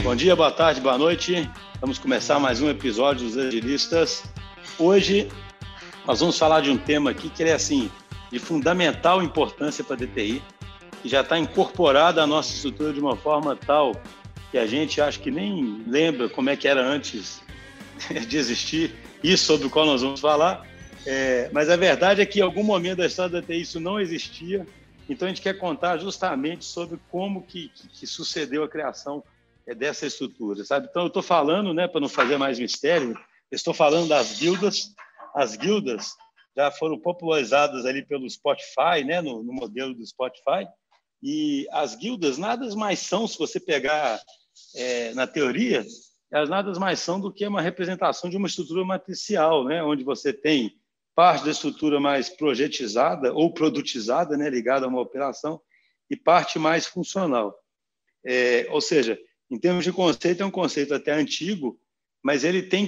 Bom dia, boa tarde, boa noite. Vamos começar mais um episódio dos Agilistas. Hoje nós vamos falar de um tema aqui que é assim, de fundamental importância para a DTI, que já está incorporado à nossa estrutura de uma forma tal que a gente acho que nem lembra como é que era antes de existir, isso sobre o qual nós vamos falar. Mas a verdade é que em algum momento da história da DTI isso não existia, então a gente quer contar justamente sobre como que sucedeu a criação dessa estrutura, sabe? Então eu estou falando, né, para não fazer mais mistério, eu estou falando das guildas. As guildas já foram popularizadas ali pelo Spotify, né, no modelo do Spotify, e as guildas nada mais são, se você pegar na teoria, elas nada mais são do que uma representação de uma estrutura matricial, né, onde você tem parte da estrutura mais projetizada ou produtizada, né, ligada a uma operação, e parte mais funcional. Ou seja, em termos de conceito, é um conceito até antigo, mas ele tem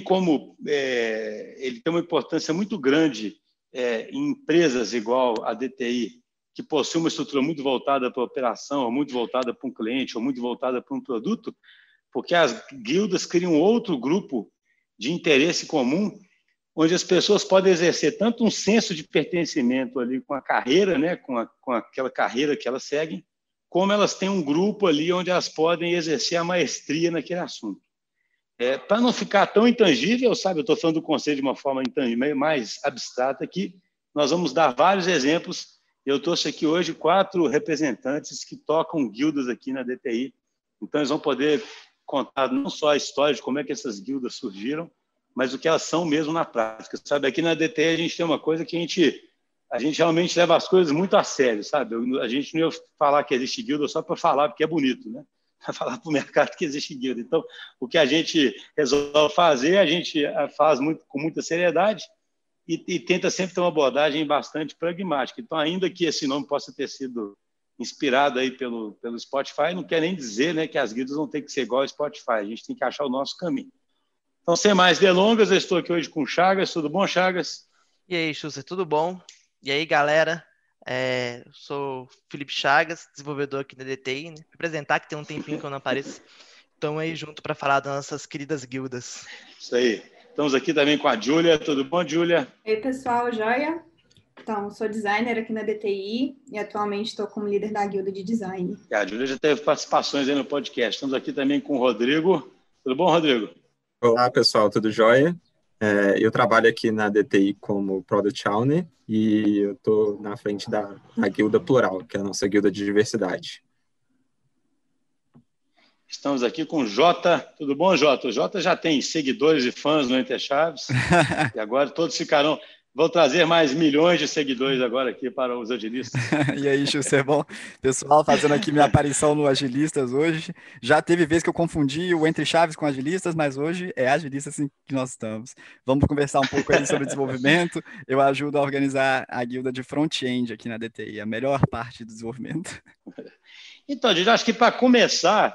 ele tem uma importância muito grande em empresas igual a DTI, que possui uma estrutura muito voltada para a operação, ou muito voltada para um cliente, ou muito voltada para um produto, porque as guildas criam outro grupo de interesse comum, onde as pessoas podem exercer tanto um senso de pertencimento ali com a carreira, né, com aquela carreira que elas seguem, como elas têm um grupo ali onde elas podem exercer a maestria naquele assunto. Para não ficar tão intangível, sabe, eu estou falando do conceito de uma forma mais abstrata aqui, nós vamos dar vários exemplos. Eu trouxe aqui hoje 4 representantes que tocam guildas aqui na DTI, então eles vão poder contar não só a história de como é que essas guildas surgiram, mas o que elas são mesmo na prática, sabe? Aqui na DTI a gente tem uma coisa que a gente realmente leva as coisas muito a sério, sabe? A gente não ia falar que existe guilda só para falar, porque é bonito, né? Para falar para o mercado que existe guilda. Então, o que a gente resolve fazer, a gente faz com muita seriedade e tenta sempre ter uma abordagem bastante pragmática. Então, ainda que esse nome possa ter sido inspirado aí pelo Spotify, não quer nem dizer, né, que as guildas não tem que ser igual ao Spotify, a gente tem que achar o nosso caminho. Então, sem mais delongas, eu estou aqui hoje com o Chagas. Tudo bom, Chagas? E aí, Schuster, tudo bom? E aí, galera? Eu sou Felipe Chagas, desenvolvedor aqui da DTI, né? Vou apresentar que tem um tempinho que eu não apareço. Estamos aí junto para falar das nossas queridas guildas. Isso aí. Estamos aqui também com a Júlia. Tudo bom, Júlia? Oi, pessoal, joia? Então, sou designer aqui na DTI e atualmente estou como líder da guilda de design. A Júlia já teve participações aí no podcast. Estamos aqui também com o Rodrigo. Tudo bom, Rodrigo? Olá, pessoal, tudo jóia? Eu trabalho aqui na DTI como Product Owner e eu estou na frente da Guilda Plural, que é a nossa guilda de diversidade. Estamos aqui com o Jota. Tudo bom, Jota? O Jota já tem seguidores e fãs no Entre Chaves e agora todos ficarão... Vou trazer mais milhões de seguidores agora aqui para os agilistas. E aí, Schuster, bom? Pessoal, fazendo aqui minha aparição no Agilistas hoje. Já teve vez que eu confundi o Entre Chaves com Agilistas, mas hoje é Agilistas assim que nós estamos. Vamos conversar um pouco aí sobre desenvolvimento. Eu ajudo a organizar a guilda de front-end aqui na DTI, a melhor parte do desenvolvimento. Então, gente, acho que para começar,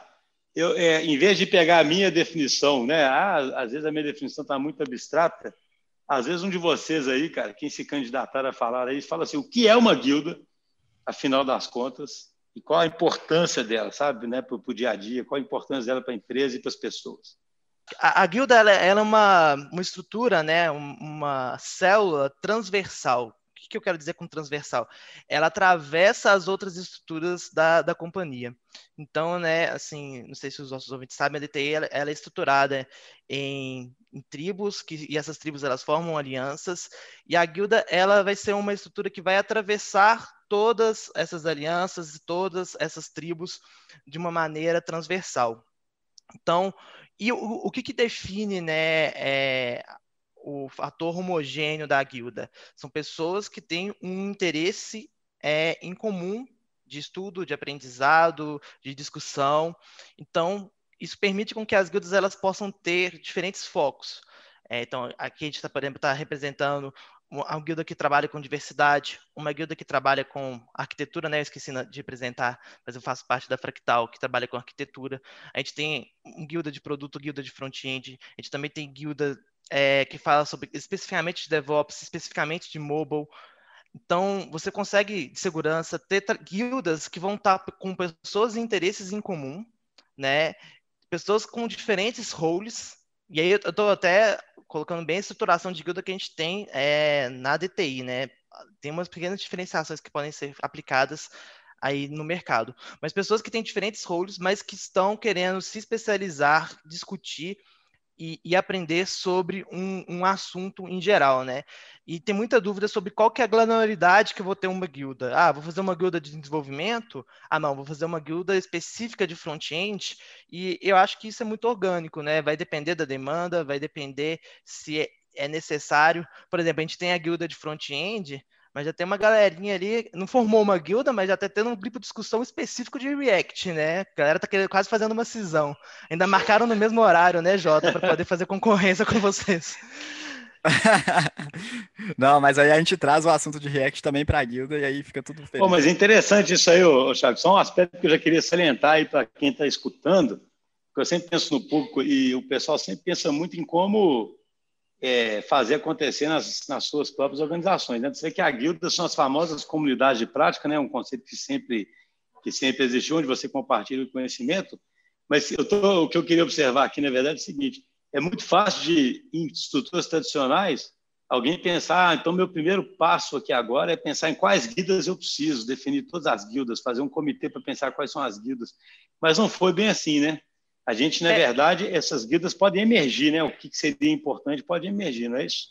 em vez de pegar a minha definição, né? Às vezes a minha definição está muito abstrata. Às vezes um de vocês aí, cara, quem se candidatar a falar aí, fala assim, o que é uma guilda, afinal das contas, e qual a importância dela, sabe, né, para o dia a dia, qual a importância dela para a empresa e para as pessoas. A guilda ela é uma estrutura, né, uma célula transversal. O que eu quero dizer com transversal? Ela atravessa as outras estruturas da companhia. Então, né, assim, não sei se os nossos ouvintes sabem, a DTI ela é estruturada em tribos, e essas tribos elas formam alianças, e a guilda ela vai ser uma estrutura que vai atravessar todas essas alianças e todas essas tribos de uma maneira transversal. Então, e o que define, né, o fator homogêneo da guilda? São pessoas que têm um interesse em comum de estudo, de aprendizado, de discussão. Então, isso permite com que as guildas elas possam ter diferentes focos. Então, aqui a gente está, por exemplo, representando uma guilda que trabalha com diversidade, uma guilda que trabalha com arquitetura, né? Eu esqueci de apresentar, mas eu faço parte da Fractal, que trabalha com arquitetura. A gente tem guilda de produto, guilda de front-end. A gente também tem guilda que fala sobre especificamente de DevOps, especificamente de mobile. Então, você consegue, de segurança, ter guildas que vão estar com pessoas e interesses em comum, né? pessoas com diferentes roles, e aí eu estou até colocando bem a estruturação de guilda que a gente tem na DTI, né? Tem umas pequenas diferenciações que podem ser aplicadas aí no mercado, mas pessoas que têm diferentes roles, mas que estão querendo se especializar, discutir e aprender sobre um assunto em geral, né? E tem muita dúvida sobre qual que é a granularidade que eu vou ter uma guilda. Ah, vou fazer uma guilda de desenvolvimento? Ah, não, vou fazer uma guilda específica de front-end. E eu acho que isso é muito orgânico, né? Vai depender da demanda, vai depender se é necessário. Por exemplo, a gente tem a guilda de front-end, mas já tem uma galerinha ali, não formou uma guilda, mas já está tendo um grupo de discussão específico de React, né? A galera tá quase fazendo uma cisão. Ainda marcaram no mesmo horário, né, Jota, para poder fazer concorrência com vocês. Não, mas aí a gente traz o assunto de React também para a guilda e aí fica tudo feliz. Mas é interessante isso aí, Thiago. Só um aspecto que eu já queria salientar aí para quem está escutando, porque eu sempre penso no público e o pessoal sempre pensa muito em como fazer acontecer nas suas próprias organizações. Né? Você que a guilda são as famosas comunidades de prática, né? Um conceito que sempre existiu, onde você compartilha o conhecimento. Mas o que eu queria observar aqui, na verdade, é o seguinte: é muito fácil em estruturas tradicionais, alguém pensar, então meu primeiro passo aqui agora é pensar em quais guildas eu preciso, definir todas as guildas, fazer um comitê para pensar quais são as guildas. Mas não foi bem assim, né? A gente, na verdade, essas guildas podem emergir, né? O que seria importante pode emergir, não é isso?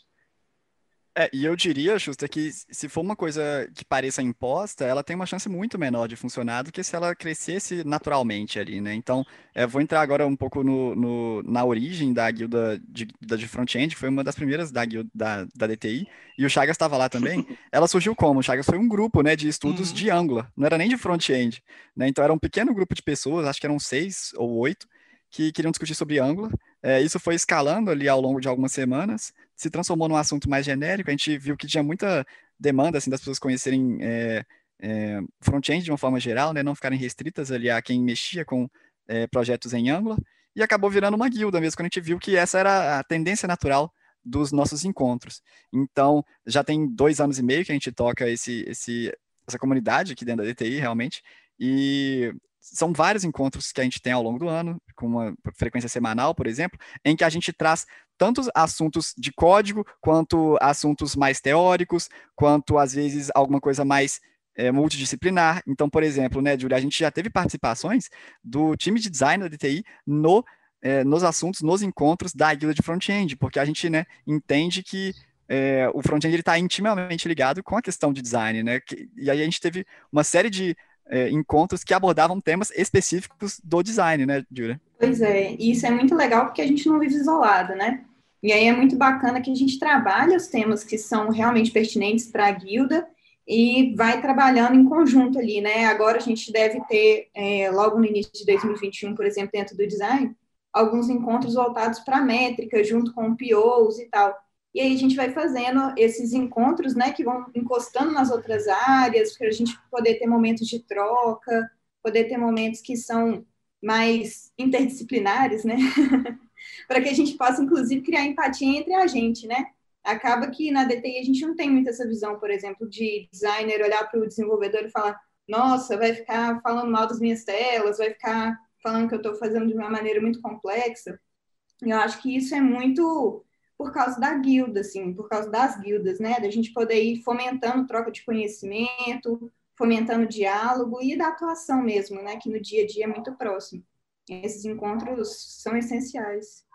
E eu diria, Schuster, que se for uma coisa que pareça imposta, ela tem uma chance muito menor de funcionar do que se ela crescesse naturalmente ali, né? Então, vou entrar agora um pouco na origem da guilda de front-end, que foi uma das primeiras da DTI, e o Chagas estava lá também. Ela surgiu como? O Chagas foi um grupo, né, de estudos de Angular, não era nem de front-end, né? Então, era um pequeno grupo de pessoas, acho que eram 6 ou 8, que queriam discutir sobre Angular. Isso foi escalando ali ao longo de algumas semanas, se transformou num assunto mais genérico. A gente viu que tinha muita demanda assim, das pessoas conhecerem front-end de uma forma geral, né, não ficarem restritas ali a quem mexia com projetos em Angular, e acabou virando uma guilda mesmo, quando a gente viu que essa era a tendência natural dos nossos encontros. Então, já tem 2 anos e meio que a gente toca essa comunidade aqui dentro da DTI, realmente, e são vários encontros que a gente tem ao longo do ano, com uma frequência semanal, por exemplo, em que a gente traz tantos assuntos de código, quanto assuntos mais teóricos, quanto, às vezes, alguma coisa mais multidisciplinar. Então, por exemplo, né, Júlia, a gente já teve participações do time de design da DTI nos assuntos, nos encontros da guilda de front-end, porque a gente, né, entende que o front-end está intimamente ligado com a questão de design, né? E aí a gente teve uma série de encontros que abordavam temas específicos do design, né, Júlia? Pois é, e isso é muito legal porque a gente não vive isolado, né? E aí é muito bacana que a gente trabalha os temas que são realmente pertinentes para a guilda e vai trabalhando em conjunto ali, né? Agora a gente deve ter, logo no início de 2021, por exemplo, dentro do design, alguns encontros voltados para métrica, junto com POs e tal. E aí a gente vai fazendo esses encontros, né, que vão encostando nas outras áreas, para a gente poder ter momentos de troca, poder ter momentos que são mais interdisciplinares, né? Para que a gente possa, inclusive, criar empatia entre a gente, né? Acaba que na DTI a gente não tem muito essa visão, por exemplo, de designer olhar para o desenvolvedor e falar: nossa, vai ficar falando mal das minhas telas, vai ficar falando que eu estou fazendo de uma maneira muito complexa. E eu acho que isso é muito por causa da guilda, assim, por causa das guildas, né? Da gente poder ir fomentando troca de conhecimento, fomentando diálogo e da atuação mesmo, né? Que no dia a dia é muito próximo. Esses encontros são essenciais.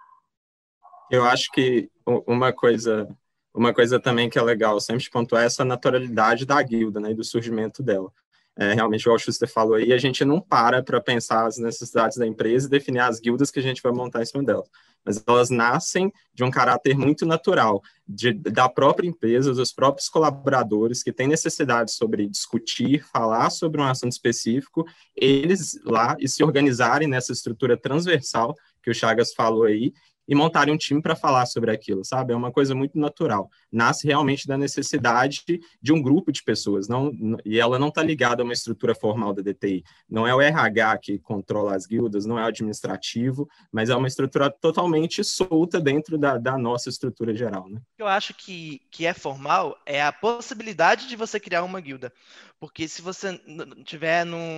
Eu acho que uma coisa também que é legal sempre pontuar é essa naturalidade da guilda, né? E do surgimento dela. Realmente, igual o Schuster falou aí, a gente não para pensar as necessidades da empresa e definir as guildas que a gente vai montar em cima delas. Mas elas nascem de um caráter muito natural, da própria empresa, dos próprios colaboradores que têm necessidade sobre discutir, falar sobre um assunto específico, eles lá e se organizarem nessa estrutura transversal que o Chagas falou aí, e montarem um time para falar sobre aquilo, sabe? É uma coisa muito natural. Nasce realmente da necessidade de um grupo de pessoas, e ela não está ligada a uma estrutura formal da DTI. Não é o RH que controla as guildas, não é o administrativo, mas é uma estrutura totalmente solta dentro da nossa estrutura geral, né? Eu acho que é formal é a possibilidade de você criar uma guilda. Porque se você tiver num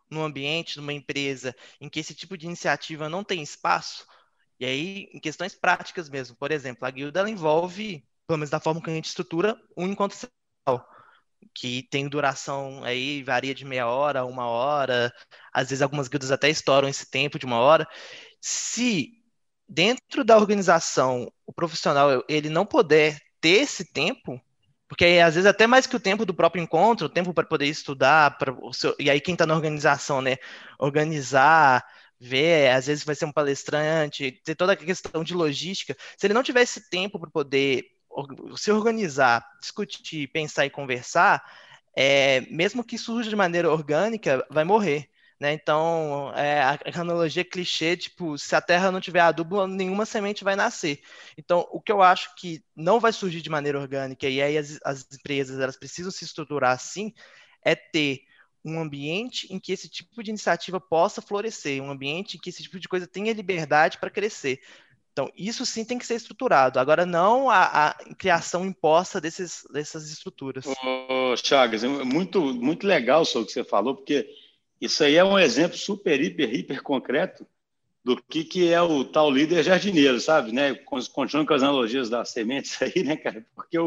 num ambiente, numa empresa, em que esse tipo de iniciativa não tem espaço, e aí em questões práticas mesmo, por exemplo, a guilda ela envolve, pelo menos da forma que a gente estrutura, um encontro semanal, que tem duração aí, varia de meia hora a uma hora, às vezes algumas guildas até estouram esse tempo de uma hora. Se dentro da organização o profissional ele não puder ter esse tempo, porque aí, às vezes até mais que o tempo do próprio encontro, o tempo para poder estudar, e aí quem está na organização, né, organizar, ver, às vezes vai ser um palestrante, ter toda a questão de logística, se ele não tiver esse tempo para poder se organizar, discutir, pensar e conversar, mesmo que surja de maneira orgânica, vai morrer. Né? Então, a analogia clichê, tipo, se a terra não tiver adubo, nenhuma semente vai nascer. Então, o que eu acho que não vai surgir de maneira orgânica, e aí as empresas elas precisam se estruturar assim, é ter um ambiente em que esse tipo de iniciativa possa florescer, um ambiente em que esse tipo de coisa tenha liberdade para crescer. Então, isso sim tem que ser estruturado. Agora, não a criação imposta dessas estruturas. Chagas, é muito legal o que você falou, porque isso aí é um exemplo super, hiper concreto do que é o tal líder jardineiro, sabe? Né? Continuando com as analogias das sementes aí, né, cara? Porque,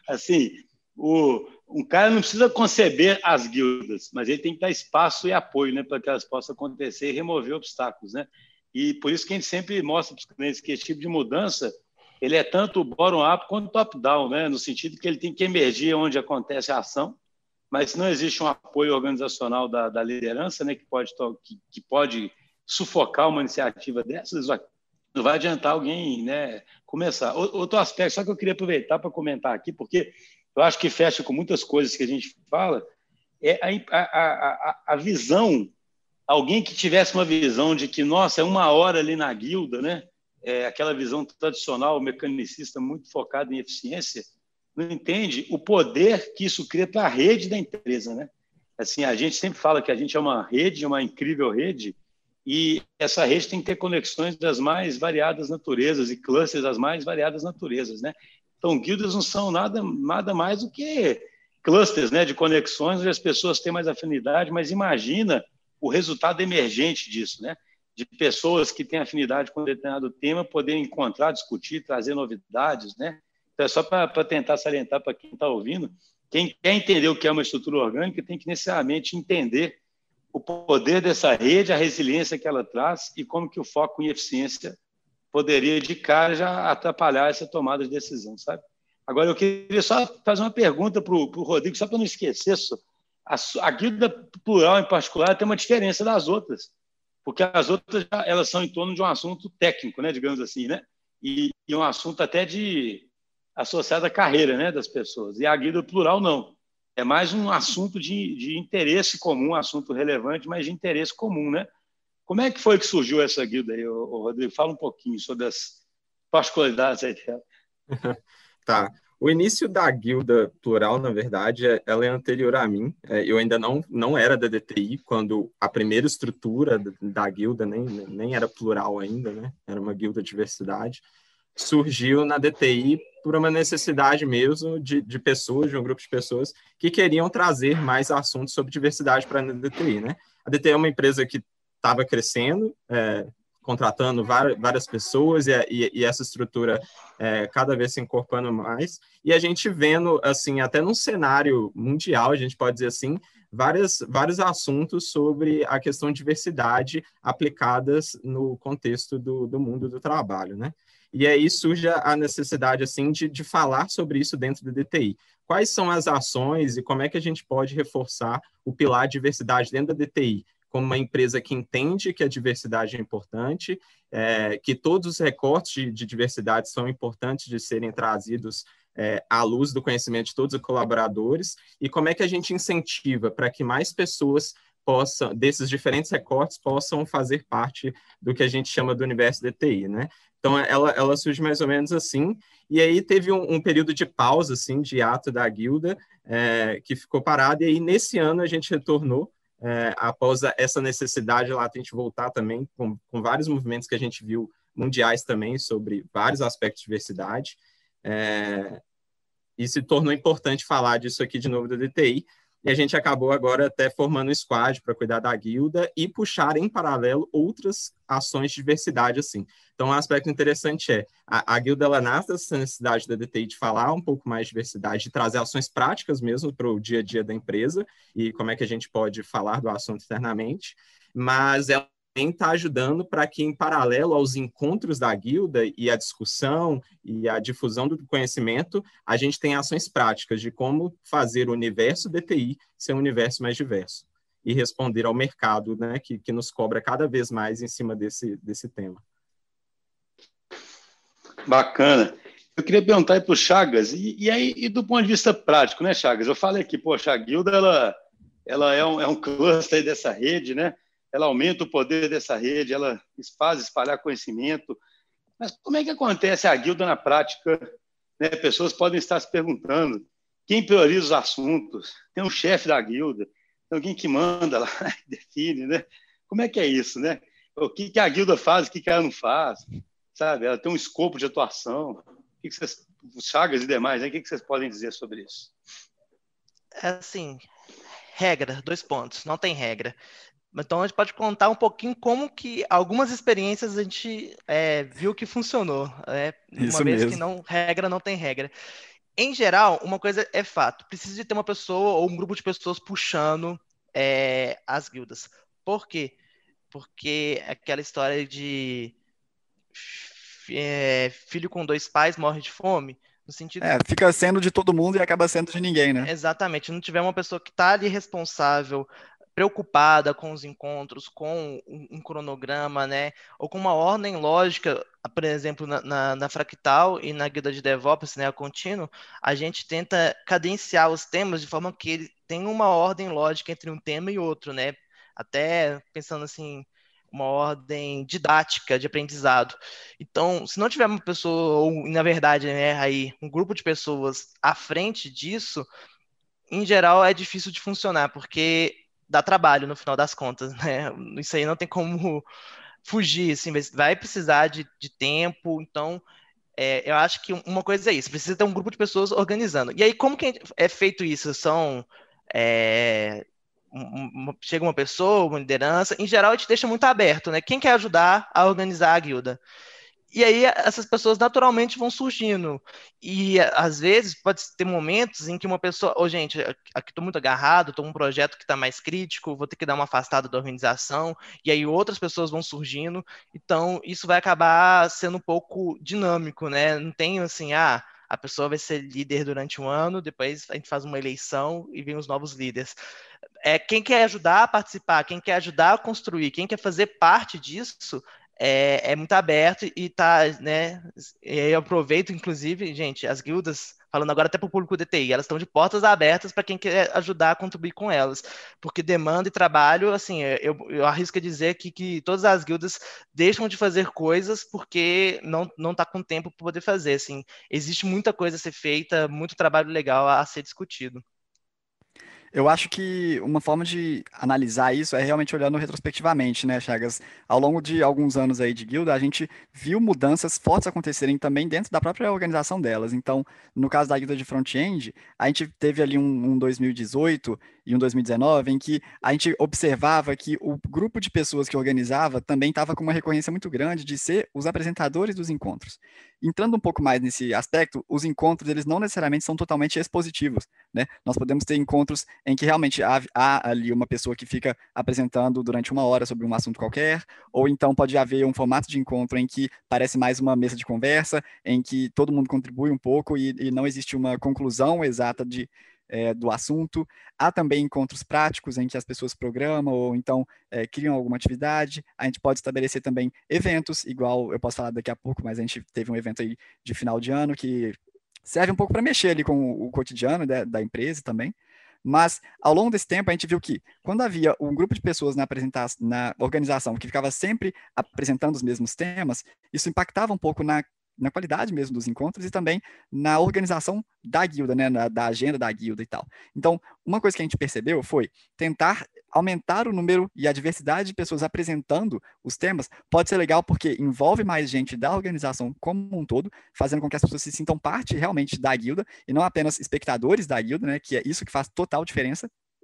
um cara não precisa conceber as guildas, mas ele tem que dar espaço e apoio, né, para que elas possam acontecer e remover obstáculos, né? E por isso que a gente sempre mostra para os clientes que esse tipo de mudança ele é tanto bottom-up quanto top-down, né? No sentido que ele tem que emergir onde acontece a ação, mas se não existe um apoio organizacional da liderança, né, que pode sufocar uma iniciativa dessas, não vai adiantar alguém, né, começar. Outro aspecto, só que eu queria aproveitar para comentar aqui, porque eu acho que fecha com muitas coisas que a gente fala, é a visão. Alguém que tivesse uma visão de que, nossa, é uma hora ali na guilda, né? Aquela visão tradicional, mecanicista, muito focada em eficiência, não entende o poder que isso cria para a rede da empresa, né? Assim, a gente sempre fala que a gente é uma rede, uma incrível rede, e essa rede tem que ter conexões das mais variadas naturezas e clusters das mais variadas naturezas, né? Então, guildas não são nada mais do que clusters, né, de conexões onde as pessoas têm mais afinidade, mas imagina o resultado emergente disso, né? De pessoas que têm afinidade com um determinado tema poderem encontrar, discutir, trazer novidades, né? Então, é só para tentar salientar para quem está ouvindo, quem quer entender o que é uma estrutura orgânica tem que necessariamente entender o poder dessa rede, a resiliência que ela traz e como que o foco em eficiência poderia, de cara, já atrapalhar essa tomada de decisão, sabe? Agora, eu queria só fazer uma pergunta para o Rodrigo, só para não esquecer isso. A guilda plural, em particular, tem uma diferença das outras, porque as outras elas são em torno de um assunto técnico, né, digamos assim, né, e um assunto até associado à carreira, né, das pessoas. E a guilda plural não. É mais um assunto de interesse comum, um assunto relevante, mas de interesse comum, né? Como é que foi que surgiu essa guilda aí, Rodrigo? Fala um pouquinho sobre as particularidades aí dela. Tá. O início da guilda plural, na verdade, ela é anterior a mim. Eu ainda não era da DTI quando a primeira estrutura da guilda nem era plural ainda, né? Era uma guilda de diversidade. Surgiu na DTI por uma necessidade mesmo de pessoas, de um grupo de pessoas que queriam trazer mais assuntos sobre diversidade para a DTI, né? A DTI é uma empresa que estava crescendo, contratando várias pessoas e essa estrutura cada vez se incorporando mais. E a gente vendo, assim, até num cenário mundial, a gente pode dizer assim, vários assuntos sobre a questão de diversidade aplicadas no contexto do mundo do trabalho, né? E aí surge a necessidade, assim, de falar sobre isso dentro do DTI. Quais são as ações e como é que a gente pode reforçar o pilar de diversidade dentro da DTI? Como uma empresa que entende que a diversidade é importante, que todos os recortes de diversidade são importantes de serem trazidos à luz do conhecimento de todos os colaboradores, e como é que a gente incentiva para que mais pessoas desses diferentes recortes, possam fazer parte do que a gente chama do universo DTI, né? Então, ela surge mais ou menos assim, e aí teve um período de pausa, assim, de ato da guilda, que ficou parado, e aí nesse ano a gente retornou, após essa necessidade latente voltar também, com vários movimentos que a gente viu mundiais também, sobre vários aspectos de diversidade, e se tornou importante falar disso aqui de novo da DTI, E a gente acabou agora até formando um squad para cuidar da guilda e puxar em paralelo outras ações de diversidade, assim. Então, um aspecto interessante é, a guilda, ela nasce dessa necessidade da DTI de falar um pouco mais de diversidade, de trazer ações práticas mesmo para o dia a dia da empresa e como é que a gente pode falar do assunto internamente, mas ela também está ajudando para que, em paralelo aos encontros da guilda e a discussão e a difusão do conhecimento, a gente tem ações práticas de como fazer o universo DTI ser um universo mais diverso e responder ao mercado, né, que nos cobra cada vez mais em cima desse tema. Bacana. Eu queria perguntar aí para o Chagas, e do ponto de vista prático, né, Chagas? Eu falei aqui, poxa, a guilda ela é um cluster dessa rede, né? Ela aumenta o poder dessa rede, ela faz espalhar conhecimento. Mas como é que acontece a guilda na prática? Né? Pessoas podem estar se perguntando quem prioriza os assuntos? Tem um chefe da guilda, tem alguém que manda lá, define, né? Como é que é isso, né? O que a guilda faz, o que ela não faz, sabe? Ela tem um escopo de atuação. O que vocês, Chagas e demais, né? O que vocês podem dizer sobre isso? É assim, regra, 2 pontos, não tem regra. Então, a gente pode contar um pouquinho como que algumas experiências a gente viu que funcionou. Uma vez que regra não tem regra. Em geral, uma coisa é fato. Precisa de ter uma pessoa ou um grupo de pessoas puxando as guildas. Por quê? Porque aquela história de filho com 2 pais morre de fome. No sentido fica sendo de todo mundo e acaba sendo de ninguém, né? Exatamente. Se não tiver uma pessoa que está ali responsável, preocupada com os encontros, com um cronograma, né, ou com uma ordem lógica, por exemplo, na Fractal e na guilda de DevOps, né, a Contínuo, a gente tenta cadenciar os temas de forma que ele tenha uma ordem lógica entre um tema e outro, né, até pensando assim, uma ordem didática de aprendizado. Então, se não tiver uma pessoa, ou na verdade, né, aí, um grupo de pessoas à frente disso, em geral é difícil de funcionar, porque dá trabalho no final das contas, né? Isso aí não tem como fugir, assim, vai precisar de tempo, então eu acho que uma coisa é isso, precisa ter um grupo de pessoas organizando. E aí, como que é feito isso? Chega uma pessoa, uma liderança, em geral a gente deixa muito aberto, né? Quem quer ajudar a organizar a guilda? E aí essas pessoas naturalmente vão surgindo. E às vezes pode ter momentos em que uma pessoa, gente, aqui estou muito agarrado, estou com um projeto que está mais crítico, vou ter que dar uma afastada da organização, e aí outras pessoas vão surgindo. Então isso vai acabar sendo um pouco dinâmico, né? Não tem assim, a pessoa vai ser líder durante um ano, depois a gente faz uma eleição e vem os novos líderes. Quem quer ajudar a participar, quem quer ajudar a construir, quem quer fazer parte disso, é muito aberto e tá, né? Eu aproveito, inclusive, gente, as guildas, falando agora até para o público DTI, elas estão de portas abertas para quem quer ajudar a contribuir com elas, porque demanda e trabalho, assim, eu arrisco a dizer que todas as guildas deixam de fazer coisas porque não tá com tempo para poder fazer, assim, existe muita coisa a ser feita, muito trabalho legal a ser discutido. Eu acho que uma forma de analisar isso é realmente olhando retrospectivamente, né, Chagas? Ao longo de alguns anos aí de guilda, a gente viu mudanças fortes acontecerem também dentro da própria organização delas. Então, no caso da guilda de front-end, a gente teve ali um 2018 e um 2019 em que a gente observava que o grupo de pessoas que organizava também estava com uma recorrência muito grande de ser os apresentadores dos encontros. Entrando um pouco mais nesse aspecto, os encontros, eles não necessariamente são totalmente expositivos, né? Nós podemos ter encontros em que realmente há ali uma pessoa que fica apresentando durante 1 hora sobre um assunto qualquer, ou então pode haver um formato de encontro em que parece mais uma mesa de conversa, em que todo mundo contribui um pouco e não existe uma conclusão exata do assunto. Há também encontros práticos em que as pessoas programam ou então criam alguma atividade. A gente pode estabelecer também eventos, igual eu posso falar daqui a pouco, mas a gente teve um evento aí de final de ano que serve um pouco para mexer ali com o cotidiano da empresa também. Mas, ao longo desse tempo, a gente viu que, quando havia um grupo de pessoas na organização que ficava sempre apresentando os mesmos temas, isso impactava um pouco na qualidade mesmo dos encontros e também na organização da guilda, né, da agenda da guilda e tal. Então, uma coisa que a gente percebeu foi tentar aumentar o número e a diversidade de pessoas apresentando os temas. Pode ser legal porque envolve mais gente da organização como um todo, fazendo com que as pessoas se sintam parte realmente da guilda e não apenas espectadores da guilda, né, que é isso que faz total diferença.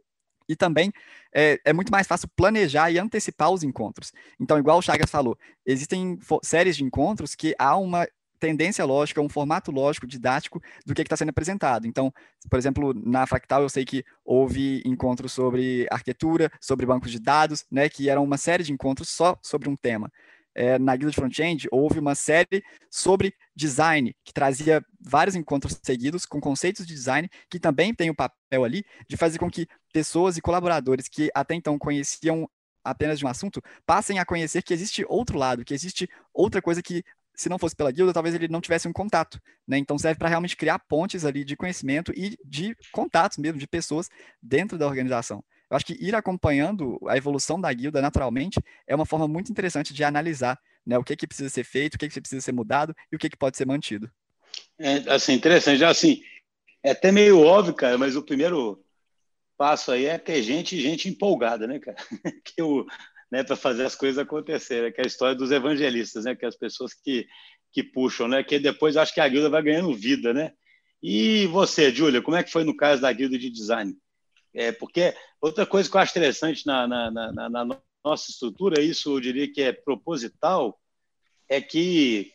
E também é muito mais fácil planejar e antecipar os encontros. Então, igual o Chagas falou, existem séries de encontros que há uma tendência lógica, um formato lógico, didático do que está sendo apresentado. Então, por exemplo, na Fractal eu sei que houve encontros sobre arquitetura, sobre bancos de dados, né, que eram uma série de encontros só sobre um tema. Na Guilda de Front-End, houve uma série sobre design, que trazia vários encontros seguidos com conceitos de design, que também tem o papel ali de fazer com que pessoas e colaboradores que até então conheciam apenas de um assunto, passem a conhecer que existe outro lado, que existe outra coisa que, se não fosse pela guilda, talvez ele não tivesse um contato, né? Então serve para realmente criar pontes ali de conhecimento e de contatos mesmo, de pessoas dentro da organização. Eu acho que ir acompanhando a evolução da guilda naturalmente é uma forma muito interessante de analisar, né, o que precisa ser feito, o que precisa ser mudado e o que pode ser mantido. Assim, interessante. Já, assim, é até meio óbvio, cara, mas o primeiro passo aí é ter gente empolgada, né, cara? Né, para fazer as coisas acontecerem, que é a história dos evangelistas, né, que é as pessoas que puxam, né, que depois acho que a guilda vai ganhando vida, né? E você, Júlia, como é que foi no caso da guilda de design? Porque outra coisa que eu acho interessante na nossa estrutura, isso eu diria que é proposital, é que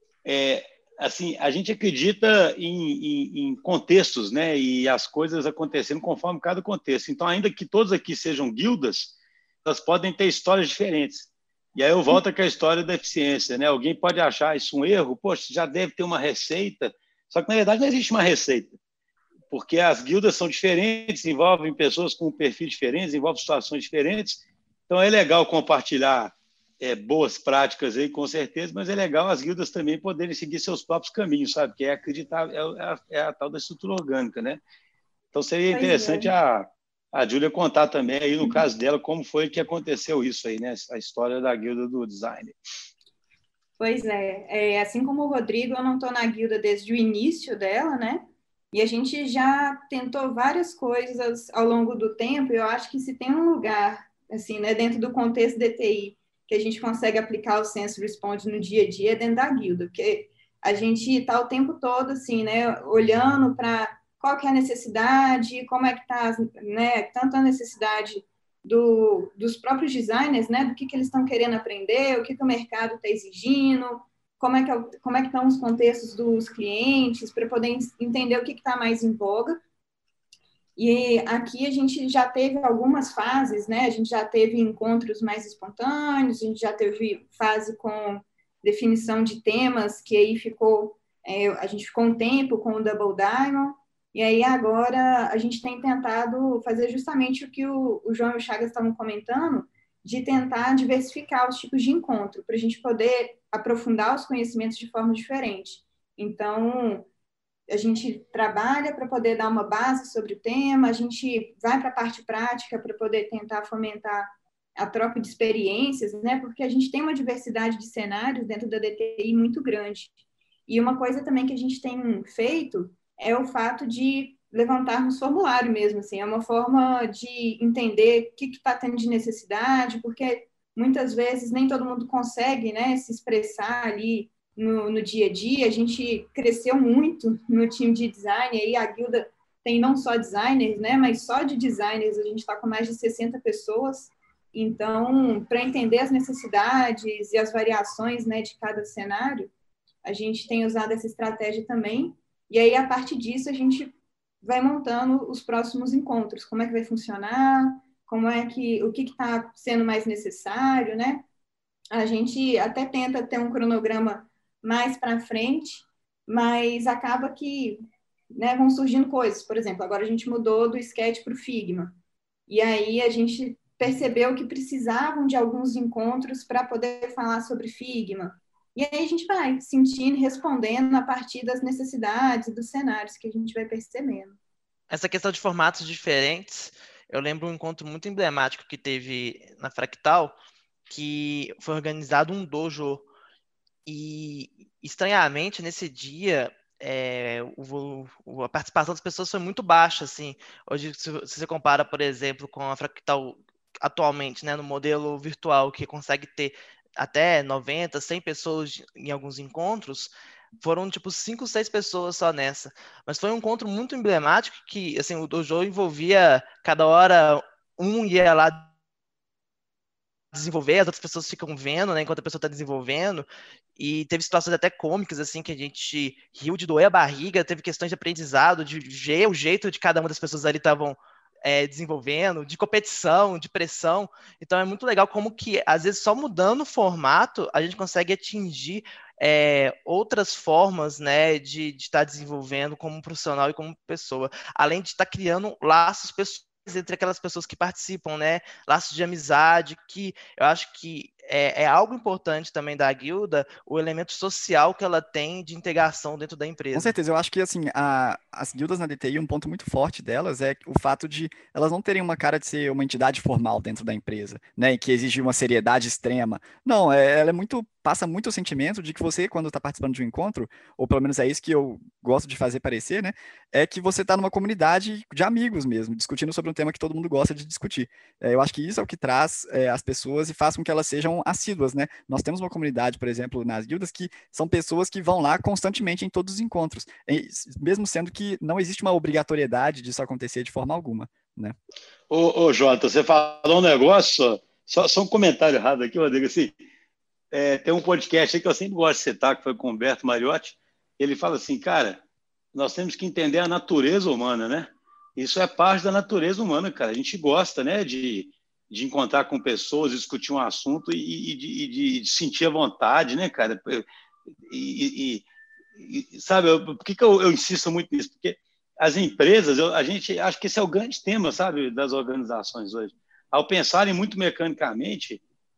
assim, a gente acredita em contextos, né, e as coisas acontecendo conforme cada contexto. Então, ainda que todos aqui sejam guildas, elas podem ter histórias diferentes. E aí eu volto com a história da eficiência, né? Alguém pode achar isso um erro, poxa, já deve ter uma receita, só que na verdade não existe uma receita, porque as guildas são diferentes, envolvem pessoas com perfis diferentes, envolvem situações diferentes. Então é legal compartilhar boas práticas aí, com certeza, mas é legal as guildas também poderem seguir seus próprios caminhos, sabe? Que é acreditar, é a tal da estrutura orgânica, né? Então seria interessante a Júlia contar também aí, no caso dela, como foi que aconteceu isso aí, né? A história da guilda do design. Pois assim como o Rodrigo, eu não estou na guilda desde o início dela, né? E a gente já tentou várias coisas ao longo do tempo. Eu acho que se tem um lugar, assim, né, dentro do contexto DTI, que a gente consegue aplicar o Sense Responde no dia a dia, é dentro da guilda, porque a gente está o tempo todo, assim, né, olhando para qual que é a necessidade, como é que está, né, tanto a necessidade dos próprios designers, né, do que eles estão querendo aprender, o que o mercado está exigindo, como é que estão os contextos dos clientes, para poder entender o que está mais em voga. E aqui a gente já teve algumas fases, né? A gente já teve encontros mais espontâneos, a gente já teve fase com definição de temas, que aí a gente ficou um tempo com o Double Diamond, e aí agora a gente tem tentado fazer justamente o que o João e o Chagas estavam comentando, de tentar diversificar os tipos de encontro, para a gente poder aprofundar os conhecimentos de forma diferente. Então, a gente trabalha para poder dar uma base sobre o tema, a gente vai para a parte prática para poder tentar fomentar a troca de experiências, né? Porque a gente tem uma diversidade de cenários dentro da DTI muito grande. E uma coisa também que a gente tem feito é o fato de levantarmos formulário mesmo, assim, é uma forma de entender o que está tendo de necessidade, porque muitas vezes nem todo mundo consegue, né, se expressar ali no dia a dia. A gente cresceu muito no time de design, aí a guilda tem não só designers, né, mas só de designers a gente está com mais de 60 pessoas, então, para entender as necessidades e as variações, né, de cada cenário, a gente tem usado essa estratégia também, e aí a partir disso a gente vai montando os próximos encontros, como é que vai funcionar, o que está sendo mais necessário, né? A gente até tenta ter um cronograma mais para frente, mas acaba que, né, vão surgindo coisas. Por exemplo, agora a gente mudou do Sketch para o Figma, e aí a gente percebeu que precisavam de alguns encontros para poder falar sobre Figma. E aí a gente vai sentindo e respondendo a partir das necessidades e dos cenários que a gente vai percebendo. Essa questão de formatos diferentes, eu lembro um encontro muito emblemático que teve na Fractal, que foi organizado um dojo. E, estranhamente, nesse dia, a participação das pessoas foi muito baixa, assim. Hoje, se você compara, por exemplo, com a Fractal atualmente, né, no modelo virtual, que consegue ter até 90, 100 pessoas em alguns encontros, foram tipo 5, 6 pessoas só nessa. Mas foi um encontro muito emblemático que, assim, o dojo envolvia cada hora um ia lá desenvolver, as outras pessoas ficam vendo, né, enquanto a pessoa está desenvolvendo, e teve situações até cômicas, assim, que a gente riu de doer a barriga, teve questões de aprendizado, de o jeito de cada uma das pessoas ali estavam desenvolvendo, de competição, de pressão. Então é muito legal como que, às vezes, só mudando o formato, a gente consegue atingir outras formas, né, de estar desenvolvendo como profissional e como pessoa, além de estar criando laços pessoais entre aquelas pessoas que participam, né, laços de amizade, que eu acho que é algo importante também da guilda, o elemento social que ela tem de integração dentro da Com empresa. certeza, eu acho que assim, as guildas na DTI, um ponto muito forte delas é o fato de elas não terem uma cara de ser uma entidade formal dentro da empresa, né, e que exige uma seriedade extrema. Não, ela é muito, passa muito o sentimento de que você, quando está participando de um encontro, ou pelo menos é isso que eu gosto de fazer parecer, né, é que você está numa comunidade de amigos mesmo, discutindo sobre um tema que todo mundo gosta de discutir. Eu acho que isso é o que traz as pessoas e faz com que elas sejam assíduas, né. Nós temos uma comunidade, por exemplo, nas guildas, que são pessoas que vão lá constantemente em todos os encontros, mesmo sendo que não existe uma obrigatoriedade disso acontecer de forma alguma, né? Ô Jota, você falou um negócio, só um comentário errado aqui, Rodrigo, assim, tem um podcast aí que eu sempre gosto de citar, que foi com o Humberto Mariotti, ele fala assim, cara, nós temos que entender a natureza humana, né? Isso é parte da natureza humana, cara, a gente gosta, né, de encontrar com pessoas, discutir um assunto e de sentir a vontade, né, cara? Sabe, por que eu insisto muito nisso? Porque as empresas, a gente acho que esse é o grande tema, sabe, das organizações hoje. Ao pensarem muito mecanicamente,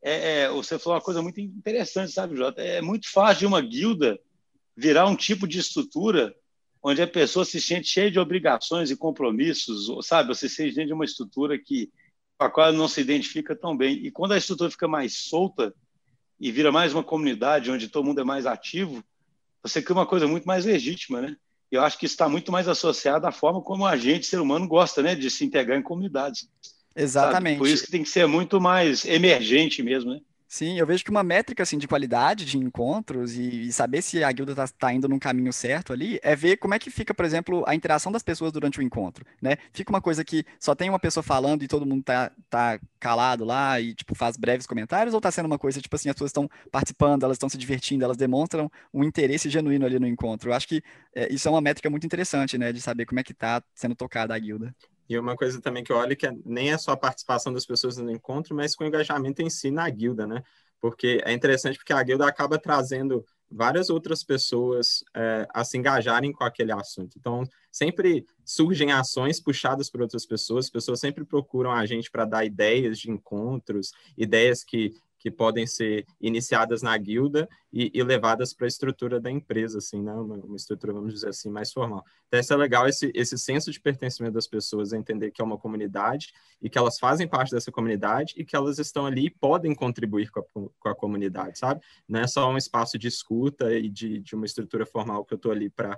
você falou uma coisa muito interessante, sabe, Jota? É muito fácil de uma guilda virar um tipo de estrutura onde a pessoa se sente cheia de obrigações e compromissos, sabe? Você se sente dentro de uma estrutura com a qual não se identifica tão bem. E quando a estrutura fica mais solta e vira mais uma comunidade onde todo mundo é mais ativo, você cria uma coisa muito mais legítima, né? Eu acho que isso está muito mais associado à forma como a gente, ser humano, gosta, né, de se integrar em comunidades. Exatamente. Sabe? Por isso que tem que ser muito mais emergente mesmo, né? Sim, eu vejo que uma métrica assim, de qualidade de encontros e saber se a guilda está indo num caminho certo ali é ver como é que fica, por exemplo, a interação das pessoas durante o encontro, né? Fica uma coisa que só tem uma pessoa falando e todo mundo tá calado lá e tipo faz breves comentários, ou tá sendo uma coisa tipo assim, as pessoas estão participando, elas estão se divertindo, elas demonstram um interesse genuíno ali no encontro. Eu acho que isso é uma métrica muito interessante, né? De saber como é que tá sendo tocada a guilda. E uma coisa também que eu olho que nem é só a participação das pessoas no encontro, mas com o engajamento em si na guilda, né? Porque é interessante porque a guilda acaba trazendo várias outras pessoas a se engajarem com aquele assunto. Então, sempre surgem ações puxadas por outras pessoas sempre procuram a gente para dar ideias de encontros, ideias que podem ser iniciadas na guilda e levadas para a estrutura da empresa, assim, né? Uma estrutura, vamos dizer assim, mais formal. Então, isso é legal, esse senso de pertencimento das pessoas, entender que é uma comunidade e que elas fazem parte dessa comunidade e que elas estão ali e podem contribuir com a comunidade, sabe? Não é só um espaço de escuta e de uma estrutura formal que eu estou ali para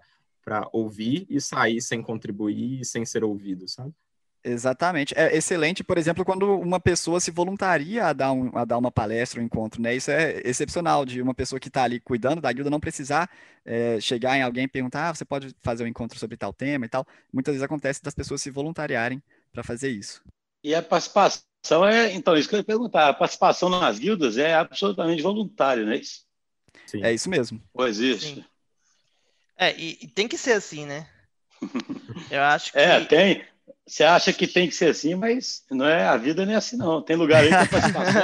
ouvir e sair sem contribuir e sem ser ouvido, sabe? Exatamente. É excelente, por exemplo, quando uma pessoa se voluntaria a dar uma palestra, um encontro, né? Isso é excepcional, de uma pessoa que está ali cuidando da guilda não precisar chegar em alguém e perguntar, você pode fazer um encontro sobre tal tema e tal. Muitas vezes acontece das pessoas se voluntariarem para fazer isso. E a participação então, isso que eu ia perguntar, a participação nas guildas é absolutamente voluntária, não é isso? Sim. É isso mesmo. Ou existe? Sim. E tem que ser assim, né? Eu acho que... tem. Você acha que tem que ser assim, mas não é, a vida não é assim, não. Tem lugar aí que a participação...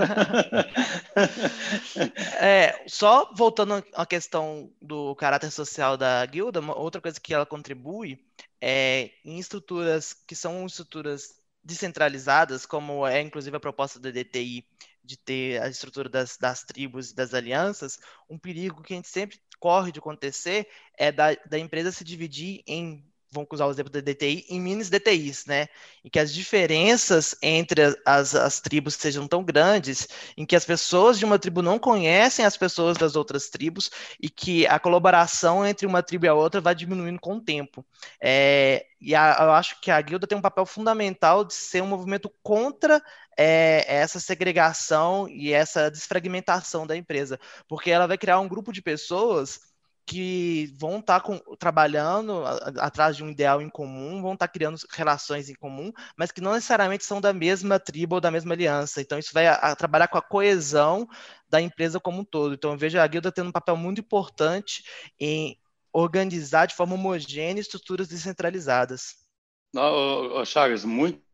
Só voltando à questão do caráter social da guilda, outra coisa que ela contribui em estruturas que são estruturas descentralizadas, como é inclusive a proposta da DTI de ter a estrutura das tribos e das alianças. Um perigo que a gente sempre corre de acontecer é da empresa se dividir em, vamos usar o exemplo da DTI, em minis DTIs, né? Em que as diferenças entre as tribos sejam tão grandes, em que as pessoas de uma tribo não conhecem as pessoas das outras tribos e que a colaboração entre uma tribo e a outra vai diminuindo com o tempo. Eu acho que a guilda tem um papel fundamental de ser um movimento contra essa segregação e essa desfragmentação da empresa, porque ela vai criar um grupo de pessoas que vão estar trabalhando atrás de um ideal em comum, vão estar criando relações em comum, mas que não necessariamente são da mesma tribo ou da mesma aliança. Então, isso vai trabalhar com a coesão da empresa como um todo. Então, eu vejo a guilda tendo um papel muito importante em organizar de forma homogênea estruturas descentralizadas. Chagas,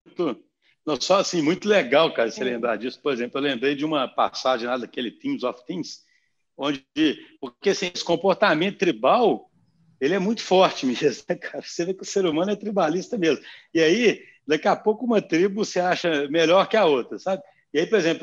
só assim, muito legal, cara, você lembrar disso. Por exemplo, eu lembrei de uma passagem lá daquele Teams of Things, porque assim, esse comportamento tribal, ele é muito forte mesmo, né, cara? Você vê que o ser humano é tribalista mesmo. E aí, daqui a pouco, uma tribo se acha melhor que a outra, sabe? E aí, por exemplo,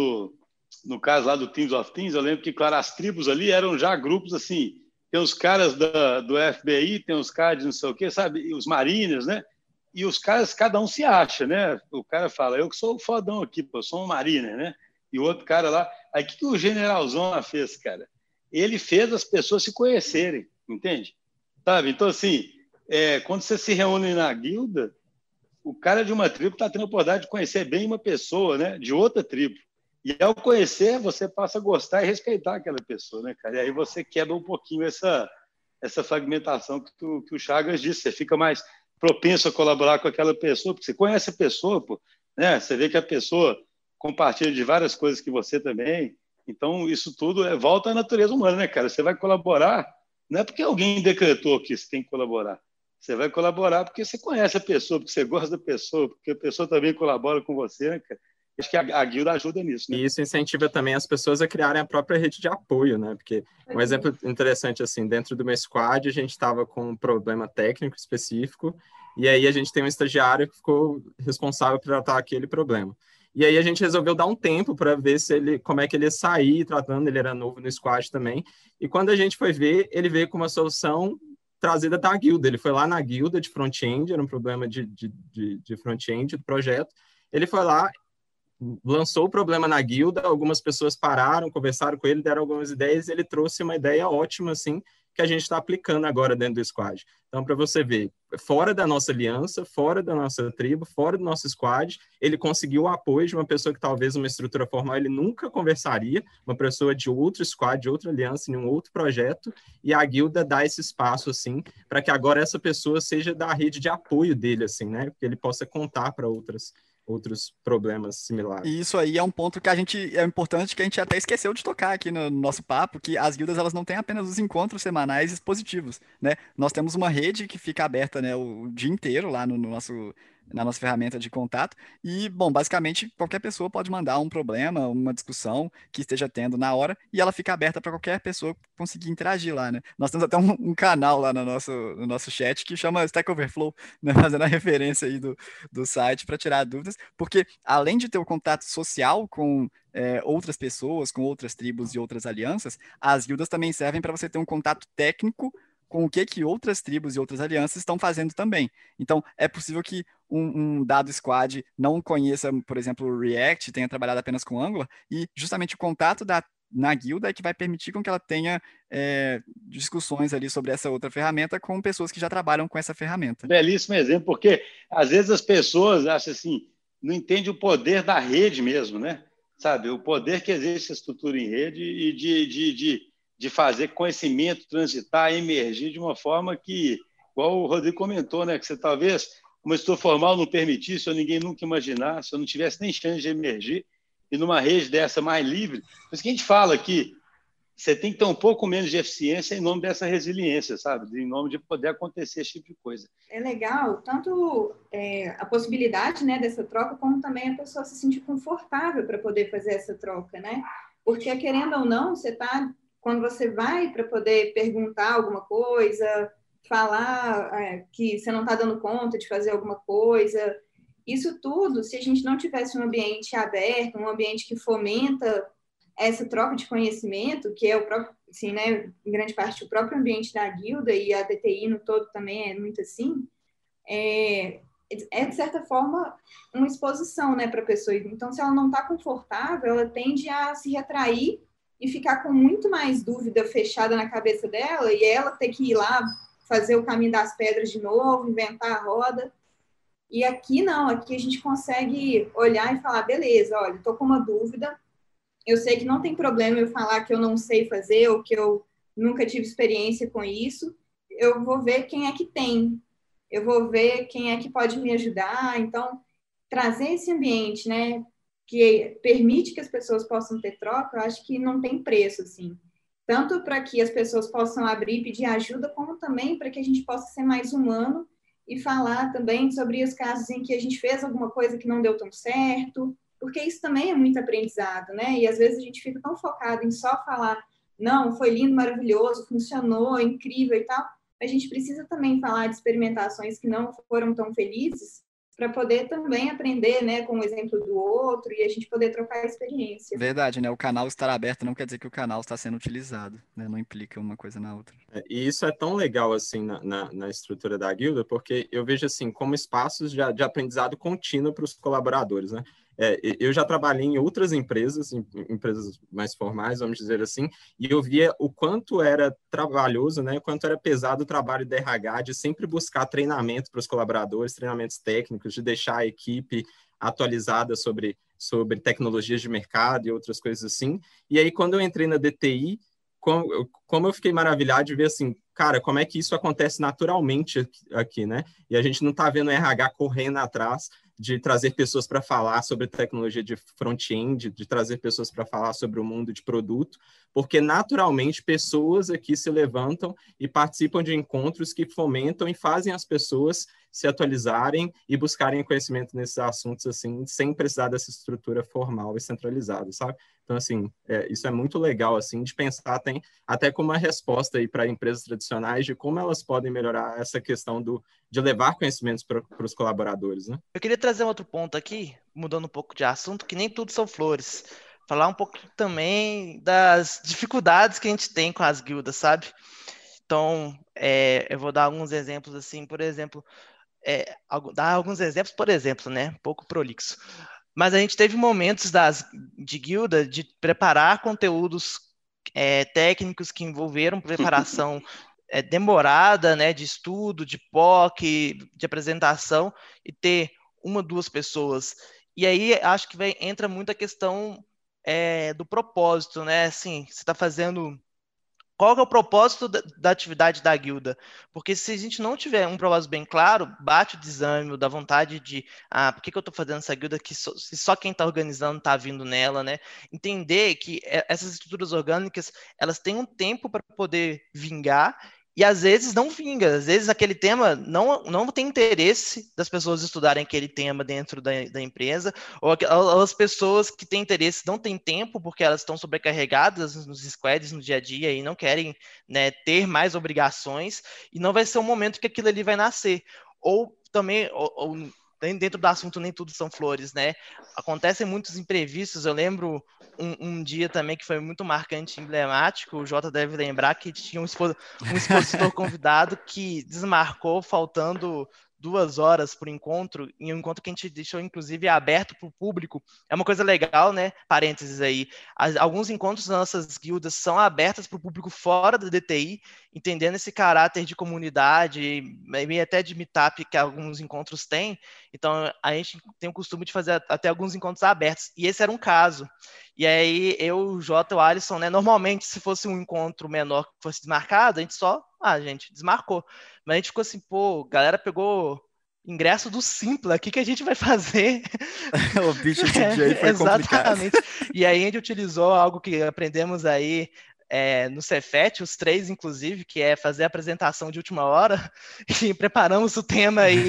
no caso lá do Teams of Things, eu lembro que, claro, as tribos ali eram já grupos assim, tem os caras do FBI, tem os caras de não sei o quê, sabe? E os mariners, né? E os caras, cada um se acha, né? O cara fala, eu que sou o fodão aqui, pô, eu sou um mariner, né? E o outro cara lá... Aí o que o generalzão fez, cara? Ele fez as pessoas se conhecerem, entende? Sabe? Então, assim, quando você se reúne na guilda, o cara de uma tribo está tendo a oportunidade de conhecer bem uma pessoa, né? De outra tribo. E ao conhecer, você passa a gostar e respeitar aquela pessoa, né, cara? E aí você quebra um pouquinho essa fragmentação que o Chagas disse. Você fica mais propenso a colaborar com aquela pessoa, porque você conhece a pessoa, pô, né? Você vê que a pessoa compartilha de várias coisas que você também. Então, isso tudo volta à natureza humana, né, cara? Você vai colaborar, não é porque alguém decretou que você tem que colaborar. Você vai colaborar porque você conhece a pessoa, porque você gosta da pessoa, porque a pessoa também colabora com você, né, cara? Acho que a guilda ajuda nisso, né? E isso incentiva também as pessoas a criarem a própria rede de apoio, né? Porque um exemplo interessante, assim, dentro do meu squad, a gente estava com um problema técnico específico, e aí a gente tem um estagiário que ficou responsável por tratar aquele problema. E aí a gente resolveu dar um tempo para ver como é que ele ia sair tratando, ele era novo no squad também, e quando a gente foi ver, ele veio com uma solução trazida da guilda. Ele foi lá na guilda de front-end, era um problema de front-end do projeto, ele foi lá, lançou o problema na guilda, algumas pessoas pararam, conversaram com ele, deram algumas ideias, e ele trouxe uma ideia ótima, assim, que a gente está aplicando agora dentro do squad. Então, para você ver, fora da nossa aliança, fora da nossa tribo, fora do nosso squad, ele conseguiu o apoio de uma pessoa que talvez uma estrutura formal ele nunca conversaria, uma pessoa de outro squad, de outra aliança, em um outro projeto, e a guilda dá esse espaço, assim, para que agora essa pessoa seja da rede de apoio dele, assim, né? Que ele possa contar para outros problemas similares. E isso aí é um ponto que é importante, que a gente até esqueceu de tocar aqui no nosso papo, que as guildas elas não têm apenas os encontros semanais expositivos, né? Nós temos uma rede que fica aberta, né, o dia inteiro lá na nossa ferramenta de contato e, bom, basicamente qualquer pessoa pode mandar um problema, uma discussão que esteja tendo na hora e ela fica aberta para qualquer pessoa conseguir interagir lá, né? Nós temos até um canal lá no nosso chat que chama Stack Overflow, né, fazendo a referência aí do site para tirar dúvidas, porque além de ter o contato social com outras pessoas, com outras tribos e outras alianças, as guildas também servem para você ter um contato técnico com o que outras tribos e outras alianças estão fazendo também. Então, é possível que um dado squad não conheça, por exemplo, o React, tenha trabalhado apenas com Angular, e justamente o contato na guilda é que vai permitir com que ela tenha discussões ali sobre essa outra ferramenta com pessoas que já trabalham com essa ferramenta. Belíssimo exemplo, porque às vezes as pessoas acham assim, não entendem o poder da rede mesmo, né? Sabe, o poder que existe a estrutura em rede e de fazer conhecimento transitar, emergir de uma forma que, igual o Rodrigo comentou, né, que você talvez, uma estrutura formal não permitisse, ou ninguém nunca imaginasse, ou não tivesse nem chance de emergir, e numa rede dessa mais livre. Por isso que a gente fala que você tem que ter um pouco menos de eficiência em nome dessa resiliência, sabe? Em nome de poder acontecer esse tipo de coisa. É legal, tanto a possibilidade, né, dessa troca, como também a pessoa se sentir confortável para poder fazer essa troca, né? Porque, querendo ou não, quando você vai para poder perguntar alguma coisa, falar que você não está dando conta de fazer alguma coisa, isso tudo, se a gente não tivesse um ambiente aberto, um ambiente que fomenta essa troca de conhecimento, que é o próprio, assim, né, em grande parte o próprio ambiente da guilda, e a DTI no todo também é muito assim, de certa forma uma exposição, né, para a pessoa. Então, se ela não está confortável, ela tende a se retrair e ficar com muito mais dúvida fechada na cabeça dela, e ela ter que ir lá fazer o caminho das pedras de novo, inventar a roda. E aqui não, aqui a gente consegue olhar e falar, beleza, olha, estou com uma dúvida, eu sei que não tem problema eu falar que eu não sei fazer ou que eu nunca tive experiência com isso, eu vou ver quem é que tem, eu vou ver quem é que pode me ajudar. Então, trazer esse ambiente, né, que permite que as pessoas possam ter troca, eu acho que não tem preço, assim. Tanto para que as pessoas possam abrir e pedir ajuda, como também para que a gente possa ser mais humano e falar também sobre os casos em que a gente fez alguma coisa que não deu tão certo, porque isso também é muito aprendizado, né? E às vezes a gente fica tão focado em só falar, não, foi lindo, maravilhoso, funcionou, incrível e tal. A gente precisa também falar de experimentações que não foram tão felizes, para poder também aprender, né, com o exemplo do outro e a gente poder trocar experiência. Verdade, né? O canal estar aberto não quer dizer que o canal está sendo utilizado, né? Não implica uma coisa na outra. E isso é tão legal, assim, na estrutura da guilda, porque eu vejo, assim, como espaços de aprendizado contínuo para os colaboradores, né? Eu já trabalhei em outras empresas, empresas mais formais, vamos dizer assim, e eu via o quanto era trabalhoso, né? O quanto era pesado o trabalho da RH, de sempre buscar treinamento para os colaboradores, treinamentos técnicos, de deixar a equipe atualizada sobre tecnologias de mercado e outras coisas assim. E aí, quando eu entrei na DTI, como eu fiquei maravilhado de ver assim, cara, como é que isso acontece naturalmente aqui, né? E a gente não está vendo o RH correndo atrás de trazer pessoas para falar sobre tecnologia de front-end, de trazer pessoas para falar sobre o mundo de produto, porque naturalmente pessoas aqui se levantam e participam de encontros que fomentam e fazem as pessoas se atualizarem e buscarem conhecimento nesses assuntos, assim, sem precisar dessa estrutura formal e centralizada, sabe? Então, assim, isso é muito legal, assim, de pensar até como uma resposta aí para empresas tradicionais de como elas podem melhorar essa questão de levar conhecimentos para os colaboradores, né? Eu queria trazer um outro ponto aqui, mudando um pouco de assunto, que nem tudo são flores. Falar um pouco também das dificuldades que a gente tem com as guildas, sabe? Então, eu vou dar alguns exemplos, assim, por exemplo, dar alguns exemplos, por exemplo, né? Um pouco prolixo. Mas a gente teve momentos de guilda de preparar conteúdos técnicos que envolveram preparação demorada, né, de estudo, de POC, de apresentação, e ter uma, duas pessoas. E aí acho que entra muito a questão do propósito, né? Assim, você está fazendo... Qual que é o propósito da atividade da guilda? Porque se a gente não tiver um propósito bem claro, bate o desânimo, da vontade de, por que eu estou fazendo essa guilda se só quem está organizando está vindo nela, né? Entender que essas estruturas orgânicas, elas têm um tempo para poder vingar, e às vezes não vinga, às vezes aquele tema não tem interesse das pessoas estudarem aquele tema dentro da empresa, ou as pessoas que têm interesse não têm tempo porque elas estão sobrecarregadas nos squads, no dia a dia, e não querem, né, ter mais obrigações, e não vai ser um momento que aquilo ali vai nascer. Ou também... dentro do assunto, nem tudo são flores, né? Acontecem muitos imprevistos. Eu lembro um dia também que foi muito marcante e emblemático. O Jota deve lembrar que tinha um expositor convidado que desmarcou faltando 2 horas para o encontro, em um encontro que a gente deixou, inclusive, aberto para o público. É uma coisa legal, né? Parênteses aí. Alguns encontros das nossas guildas são abertas para o público fora da DTI, entendendo esse caráter de comunidade e até de meetup que alguns encontros têm. Então, a gente tem o costume de fazer até alguns encontros abertos. E esse era um caso. E aí, eu, o Jota e o Alisson, né? Normalmente, se fosse um encontro menor que fosse desmarcado, a gente só... gente, desmarcou. Mas a gente ficou assim, galera pegou ingresso do Simpla, o que a gente vai fazer? O bicho esse dia aí foi exatamente. complicado. E aí a gente utilizou algo que aprendemos aí no Cefet, os 3, inclusive, que é fazer a apresentação de última hora, e preparamos o tema aí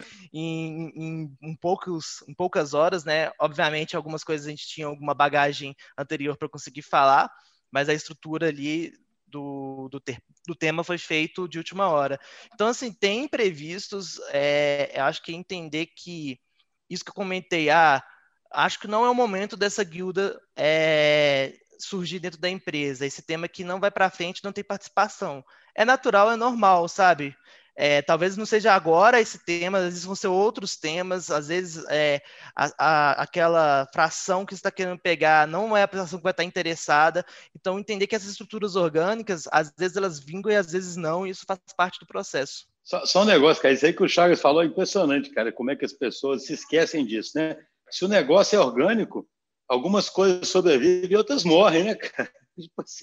em poucas horas, né? Obviamente, algumas coisas a gente tinha alguma bagagem anterior para conseguir falar, mas a estrutura ali do tema foi feito de última hora. Então, assim, tem imprevistos, eu acho que entender que isso que eu comentei, acho que não é o momento dessa guilda surgir dentro da empresa, esse tema que não vai para frente, não tem participação. É natural, é normal, sabe? Talvez não seja agora esse tema, às vezes vão ser outros temas, às vezes aquela fração que você está querendo pegar não é a fração que vai estar interessada. Então, entender que essas estruturas orgânicas, às vezes elas vingam e às vezes não, e isso faz parte do processo. Só um negócio, cara, isso aí que o Chagas falou é impressionante, cara, como é que as pessoas se esquecem disso, né? Se o negócio é orgânico, algumas coisas sobrevivem e outras morrem, né, cara? Tipo assim,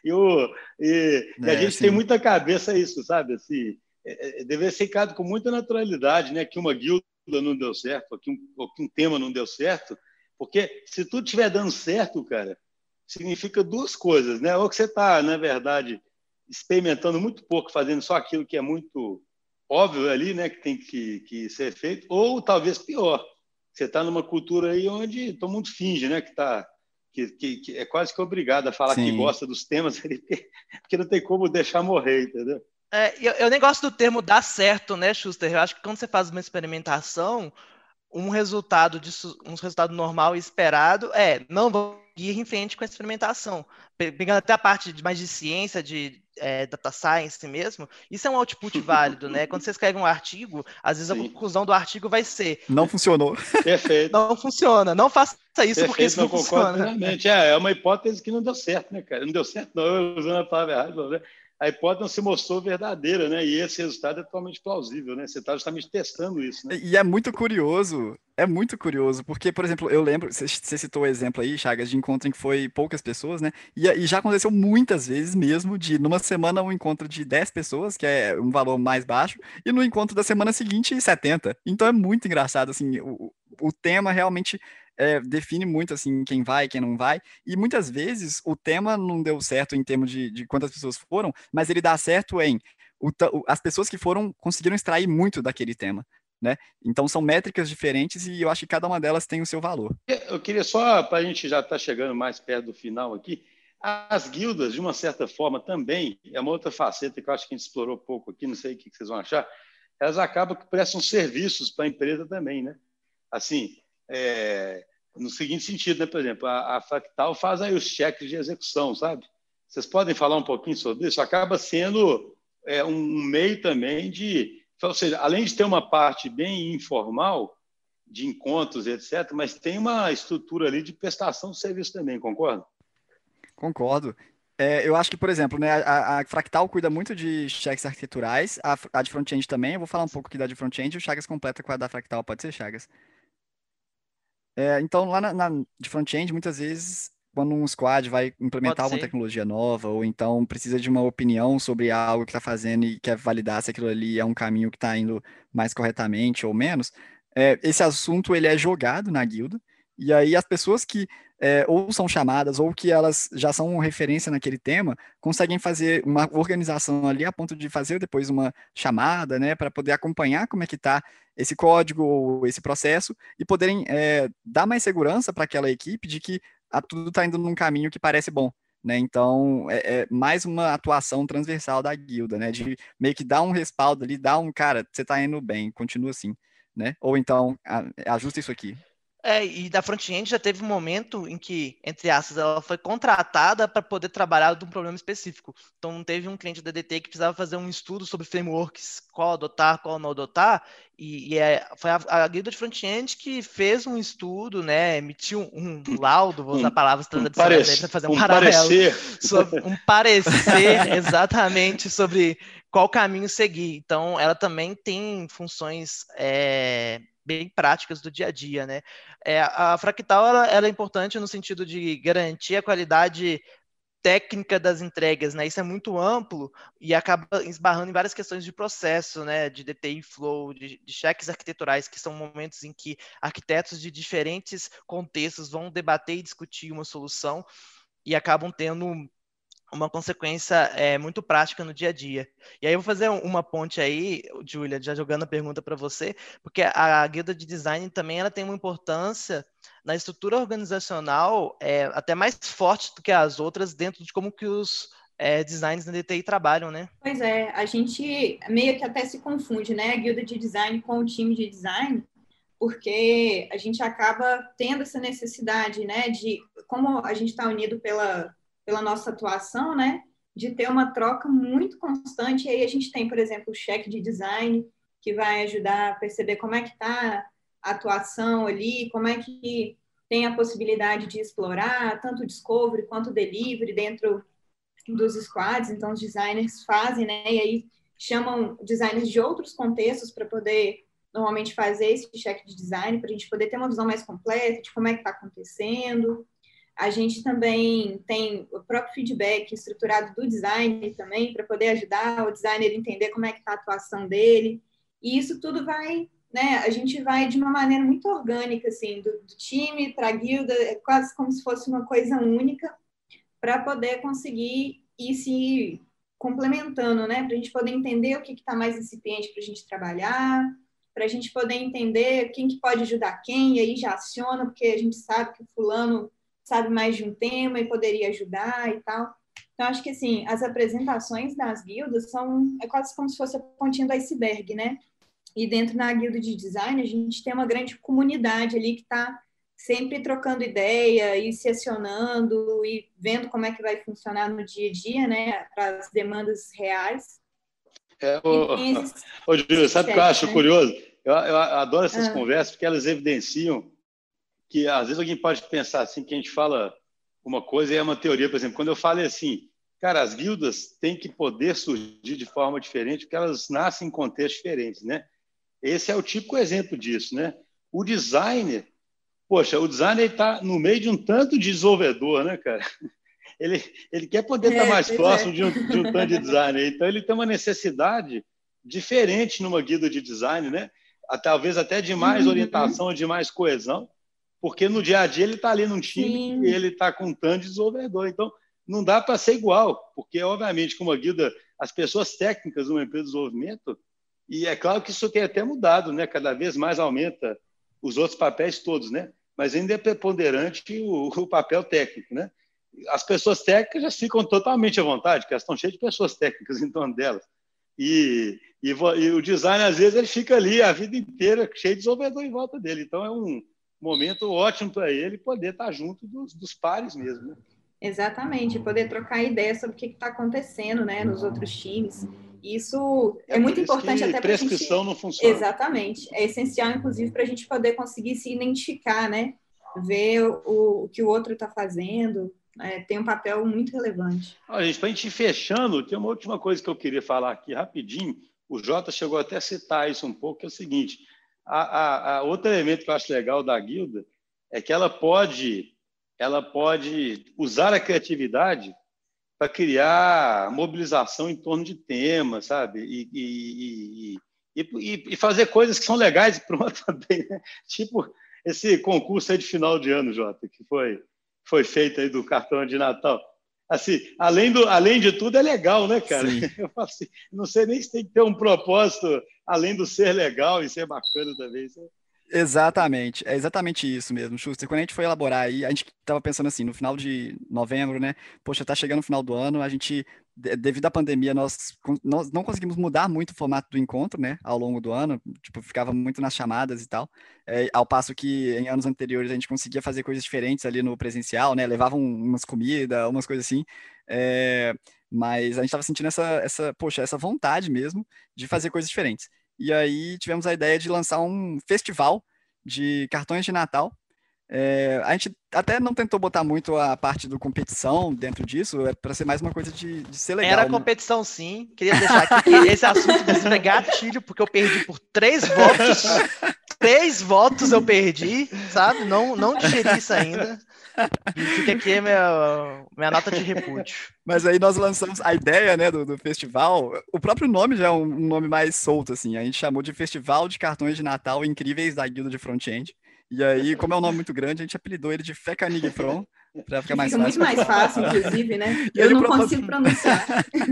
e a gente tem muita cabeça isso, sabe? Assim, deve ser encarado com muita naturalidade, né? Que uma guilda não deu certo, ou que um tema não deu certo, porque se tudo estiver dando certo, cara, significa duas coisas, né? Ou que você está, na verdade, experimentando muito pouco, fazendo só aquilo que é muito óbvio ali, né? Que tem que ser feito, ou talvez pior, você está numa cultura aí onde todo mundo finge, né? Que é quase que obrigado a falar que gosta dos temas ali, porque não tem como deixar morrer, entendeu? Eu nem gosto do termo dar certo, né, Schuster? Eu acho que quando você faz uma experimentação, um resultado normal e esperado não vou ir em frente com a experimentação. Pegando até a parte mais de ciência, de data science mesmo, isso é um output válido, né? Quando você escreve um artigo, às vezes a conclusão do artigo vai ser... Não funcionou. Perfeito. Não funciona. Não faça isso. Perfeito, porque isso não funciona. Concordo plenamente. É uma hipótese que não deu certo, né, cara? Não deu certo, não. Eu usando a palavra errada, a hipótese não se mostrou verdadeira, né? E esse resultado é totalmente plausível, né? Você está justamente testando isso, né? E é muito curioso, porque, por exemplo, eu lembro, você citou o exemplo aí, Chagas, de encontro em que foi poucas pessoas, né? E já aconteceu muitas vezes mesmo, de numa semana um encontro de 10 pessoas, que é um valor mais baixo, e no encontro da semana seguinte, 70. Então é muito engraçado, assim, o tema realmente define muito, assim, quem vai, quem não vai, e muitas vezes o tema não deu certo em termos de quantas pessoas foram, mas ele dá certo em as pessoas que foram conseguiram extrair muito daquele tema, né? Então são métricas diferentes e eu acho que cada uma delas tem o seu valor. Eu queria só, para a gente já estar chegando mais perto do final aqui, as guildas, de uma certa forma, também, é uma outra faceta que eu acho que a gente explorou pouco aqui, não sei o que vocês vão achar, elas acabam que prestam serviços para a empresa também, né? Assim, no seguinte sentido, né? Por exemplo, a Fractal faz aí os cheques de execução, sabe? Vocês podem falar um pouquinho sobre isso? Acaba sendo um meio também ou seja, além de ter uma parte bem informal, de encontros, etc., mas tem uma estrutura ali de prestação de serviço também, concorda? Concordo. Eu acho que, por exemplo, né, a Fractal cuida muito de cheques arquiteturais, a de front-end também. Eu vou falar um pouco aqui da de front-end e o Chagas completa com a da Fractal, pode ser, Chagas? Então, lá de front-end, muitas vezes, quando um squad vai implementar alguma tecnologia nova, ou então precisa de uma opinião sobre algo que está fazendo e quer validar se aquilo ali é um caminho que está indo mais corretamente ou menos, esse assunto ele é jogado na guilda, e aí as pessoas que ou são chamadas ou que elas já são referência naquele tema, conseguem fazer uma organização ali a ponto de fazer depois uma chamada, né, para poder acompanhar como é que está esse código ou esse processo e poderem dar mais segurança para aquela equipe de que tudo está indo num caminho que parece bom, né? Então, é mais uma atuação transversal da guilda, né? De meio que dar um respaldo ali, dar cara, você está indo bem, continua assim, né? Ou então, ajusta isso aqui. E da front-end já teve um momento em que, entre aspas, ela foi contratada para poder trabalhar de um problema específico. Então, teve um cliente da DDT que precisava fazer um estudo sobre frameworks, qual adotar, qual não adotar, e foi a guilda de front-end que fez um estudo, né, emitiu um laudo, vou usar palavras tradicionais para fazer um paralelo. Um parecer, exatamente, sobre qual caminho seguir. Então, ela também tem funções bem práticas do dia a dia, né? A Fractal ela é importante no sentido de garantir a qualidade técnica das entregas, né? Isso é muito amplo e acaba esbarrando em várias questões de processo, né? De DTI flow, de cheques arquiteturais, que são momentos em que arquitetos de diferentes contextos vão debater e discutir uma solução e acabam tendo uma consequência muito prática no dia a dia. E aí eu vou fazer uma ponte aí, Júlia, já jogando a pergunta para você, porque a guilda de design também ela tem uma importância na estrutura organizacional até mais forte do que as outras dentro de como que os designers da DTI trabalham, né? Pois é, a gente meio que até se confunde, né? A guilda de design com o time de design, porque a gente acaba tendo essa necessidade, né? De como a gente está unido pela nossa atuação, né, de ter uma troca muito constante. E aí a gente tem, por exemplo, o cheque de design, que vai ajudar a perceber como é que está a atuação ali, como é que tem a possibilidade de explorar tanto o discovery quanto o delivery dentro dos squads. Então, os designers fazem, né, e aí chamam designers de outros contextos para poder, normalmente, fazer esse cheque de design, para a gente poder ter uma visão mais completa de como é que está acontecendo. A gente também tem o próprio feedback estruturado do designer também, para poder ajudar o designer a entender como é que está a atuação dele. E isso tudo vai, né? A gente vai de uma maneira muito orgânica, assim, do time para a guilda, é quase como se fosse uma coisa única, para poder conseguir ir se complementando, né? Para a gente poder entender o que está mais incipiente para a gente trabalhar, para a gente poder entender quem que pode ajudar quem, e aí já aciona, porque a gente sabe que o fulano sabe mais de um tema e poderia ajudar e tal. Então, acho que, assim, as apresentações das guildas é quase como se fosse a pontinha do iceberg, né? E dentro da guilda de design, a gente tem uma grande comunidade ali que está sempre trocando ideia e se acionando e vendo como é que vai funcionar no dia a dia, né? Para as demandas reais. Júlio, sabe o que eu acho curioso? Eu adoro essas Ah. conversas, porque elas evidenciam que, às vezes, alguém pode pensar assim, que a gente fala uma coisa e é uma teoria. Por exemplo, quando eu falo assim, cara, as guildas têm que poder surgir de forma diferente, porque elas nascem em contextos diferentes, né? Esse é o típico exemplo disso, né? O designer, poxa, o designer está no meio de um tanto de desenvolvedor, né, cara? Ele quer poder estar mais próximo de um tanto de designer. Então, ele tem uma necessidade diferente numa guilda de design, né? Talvez até de mais orientação, de mais coesão, porque no dia a dia ele está ali num time e ele está com um tanto de desenvolvedor. Então, não dá para ser igual, porque, obviamente, como a guilda, as pessoas técnicas de uma empresa de desenvolvimento, e é claro que isso tem até mudado, né? Cada vez mais aumenta os outros papéis todos, né? Mas ainda é preponderante o papel técnico, né? As pessoas técnicas já ficam totalmente à vontade, porque elas estão cheias de pessoas técnicas em torno delas. E o design, às vezes, ele fica ali a vida inteira cheio de desenvolvedor em volta dele. Então, é um momento ótimo para ele poder estar junto dos pares mesmo, né? Exatamente, poder trocar ideia sobre o que está acontecendo, né, nos outros times. Isso é muito importante até para a gente... prescrição não funciona. Exatamente. É essencial, inclusive, para a gente poder conseguir se identificar, né? Ver o que o outro está fazendo. Tem um papel muito relevante. Gente, para a gente ir fechando, tem uma última coisa que eu queria falar aqui rapidinho. O Jota chegou até a citar isso um pouco, que é o seguinte. Outro elemento que eu acho legal da guilda é que ela pode usar a criatividade para criar mobilização em torno de temas, sabe? E fazer coisas que são legais e pronto também, né? Tipo esse concurso aí de final de ano, Jota, que foi feito aí do cartão de Natal. Assim, além de tudo, é legal, né, cara? Sim. Eu falo assim, não sei nem se tem que ter um propósito além do ser legal e ser bacana também, sabe? Exatamente, é exatamente isso mesmo, Schuster. Quando a gente foi elaborar aí, a gente estava pensando assim, no final de novembro, né? Poxa, tá chegando o final do ano, a gente, devido à pandemia, nós não conseguimos mudar muito o formato do encontro, né? Ao longo do ano, tipo, ficava muito nas chamadas e tal. Ao passo que em anos anteriores a gente conseguia fazer coisas diferentes ali no presencial, né? Levavam umas comidas, umas coisas assim. Mas a gente estava sentindo essa vontade mesmo de fazer coisas diferentes. E aí tivemos a ideia de lançar um festival de cartões de Natal. A gente até não tentou botar muito a parte do competição dentro disso, para ser mais uma coisa de ser legal. Era competição, sim. Queria deixar aqui que esse assunto desse é gatilho, porque eu perdi por 3 votos. 3 votos eu perdi, sabe? Não digeri isso ainda. E fica aqui minha nota de repúdio. Mas aí nós lançamos a ideia, né, do festival. O próprio nome já é um nome mais solto, assim. A gente chamou de Festival de Cartões de Natal Incríveis da Guilda de Front-End. E aí, como é um nome muito grande, a gente apelidou ele de Fecanig From, para ficar mais fácil. Fica muito mais fácil, inclusive, né? Eu não consigo pronunciar.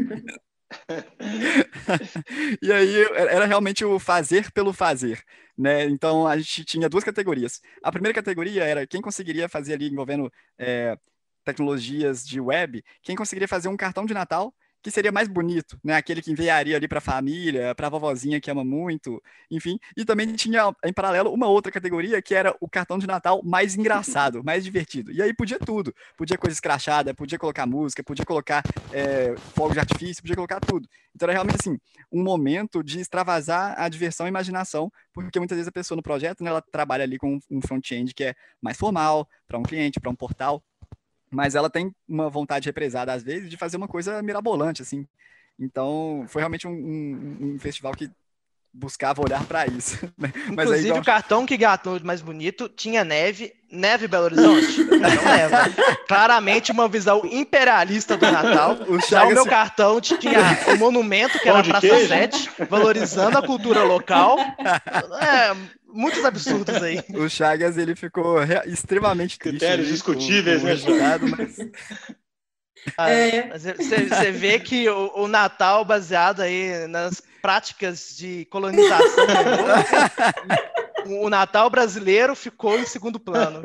E aí, era realmente o fazer pelo fazer, né? Então, a gente tinha 2 categorias. A primeira categoria era quem conseguiria fazer ali, envolvendo tecnologias de web, quem conseguiria fazer um cartão de Natal que seria mais bonito, né? Aquele que enviaria ali para a família, para a vovozinha que ama muito, enfim. E também tinha, em paralelo, uma outra categoria que era o cartão de Natal mais engraçado, mais divertido. E aí podia tudo. Podia coisa escrachada, podia colocar música, podia colocar fogo de artifício, podia colocar tudo. Então era realmente, assim, um momento de extravasar a diversão e a imaginação, porque muitas vezes a pessoa no projeto, né, ela trabalha ali com um front-end que é mais formal, para um cliente, para um portal, mas ela tem uma vontade represada, às vezes, de fazer uma coisa mirabolante, assim. Então, foi realmente um festival que buscava olhar para isso. Mas Inclusive, aí, o cartão que gatou mais bonito tinha neve Belo Horizonte. Não neva. Claramente uma visão imperialista do Natal. Já o meu cartão tinha um monumento, que era a Praça 7, valorizando a cultura local. Muitos absurdos aí. O Chagas, ele ficou extremamente triste. Critérios discutíveis, né? Mas você vê que o Natal, baseado aí nas práticas de colonização, o Natal brasileiro ficou em segundo plano.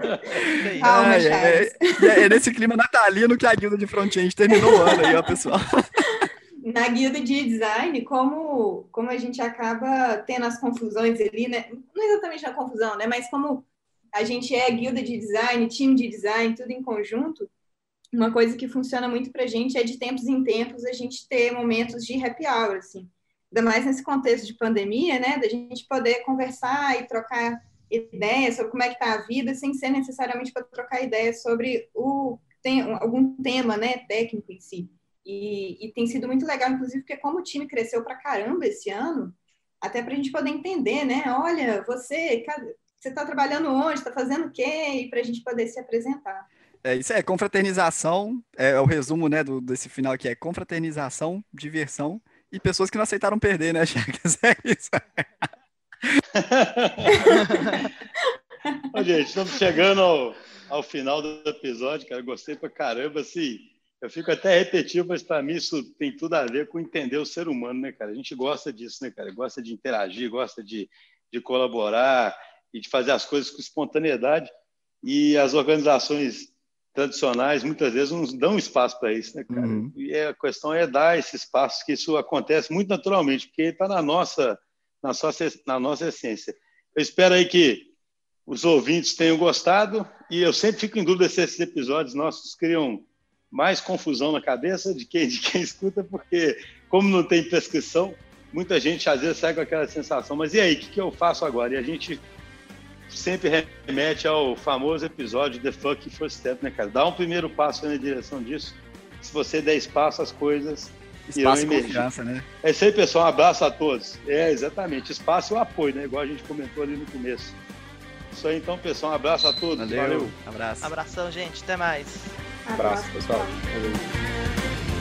É nesse clima natalino que a guilda de front-end terminou o ano aí, ó, pessoal. Na guilda de design, como a gente acaba tendo as confusões ali, né? Não exatamente a confusão, né? Mas como a gente é guilda de design, time de design, tudo em conjunto, uma coisa que funciona muito pra gente é de tempos em tempos a gente ter momentos de happy hour, assim. Ainda mais nesse contexto de pandemia, né? Da gente poder conversar e trocar ideias sobre como é que está a vida, sem ser necessariamente para trocar ideias sobre algum tema, né, técnico em si. E tem sido muito legal, inclusive, porque como o time cresceu pra caramba esse ano, até para a gente poder entender, né? Olha, você está trabalhando onde? Está fazendo o quê? E para a gente poder se apresentar. Isso é confraternização, é o resumo, né, desse final aqui, é confraternização, diversão e pessoas que não aceitaram perder, né, Chagas? É isso. Ô, gente, estamos chegando ao final do episódio, cara. Gostei pra caramba, assim. Eu fico até repetitivo, mas para mim isso tem tudo a ver com entender o ser humano, né, cara? A gente gosta disso, né, cara? Gosta de interagir, gosta de colaborar e de fazer as coisas com espontaneidade. E as organizações tradicionais muitas vezes não dão espaço para isso, né, cara? Uhum. E a questão é dar esse espaço, que isso acontece muito naturalmente, porque está na nossa essência. Eu espero aí que os ouvintes tenham gostado, e eu sempre fico em dúvida se esses episódios nossos criam mais confusão na cabeça de quem escuta, porque como não tem prescrição, muita gente às vezes sai com aquela sensação, mas e aí, o que eu faço agora? E a gente sempre remete ao famoso episódio The Fucking First Step, né, cara? Dá um primeiro passo na direção disso. Se você der espaço, as coisas irão emergir. Confiança, né? É isso aí, pessoal. Um abraço a todos. Exatamente. Espaço e o apoio, né? Igual a gente comentou ali no começo. Isso aí, então, pessoal. Um abraço a todos. Valeu. Abraço. Abração, gente. Até mais. Abraço, pessoal. Valeu.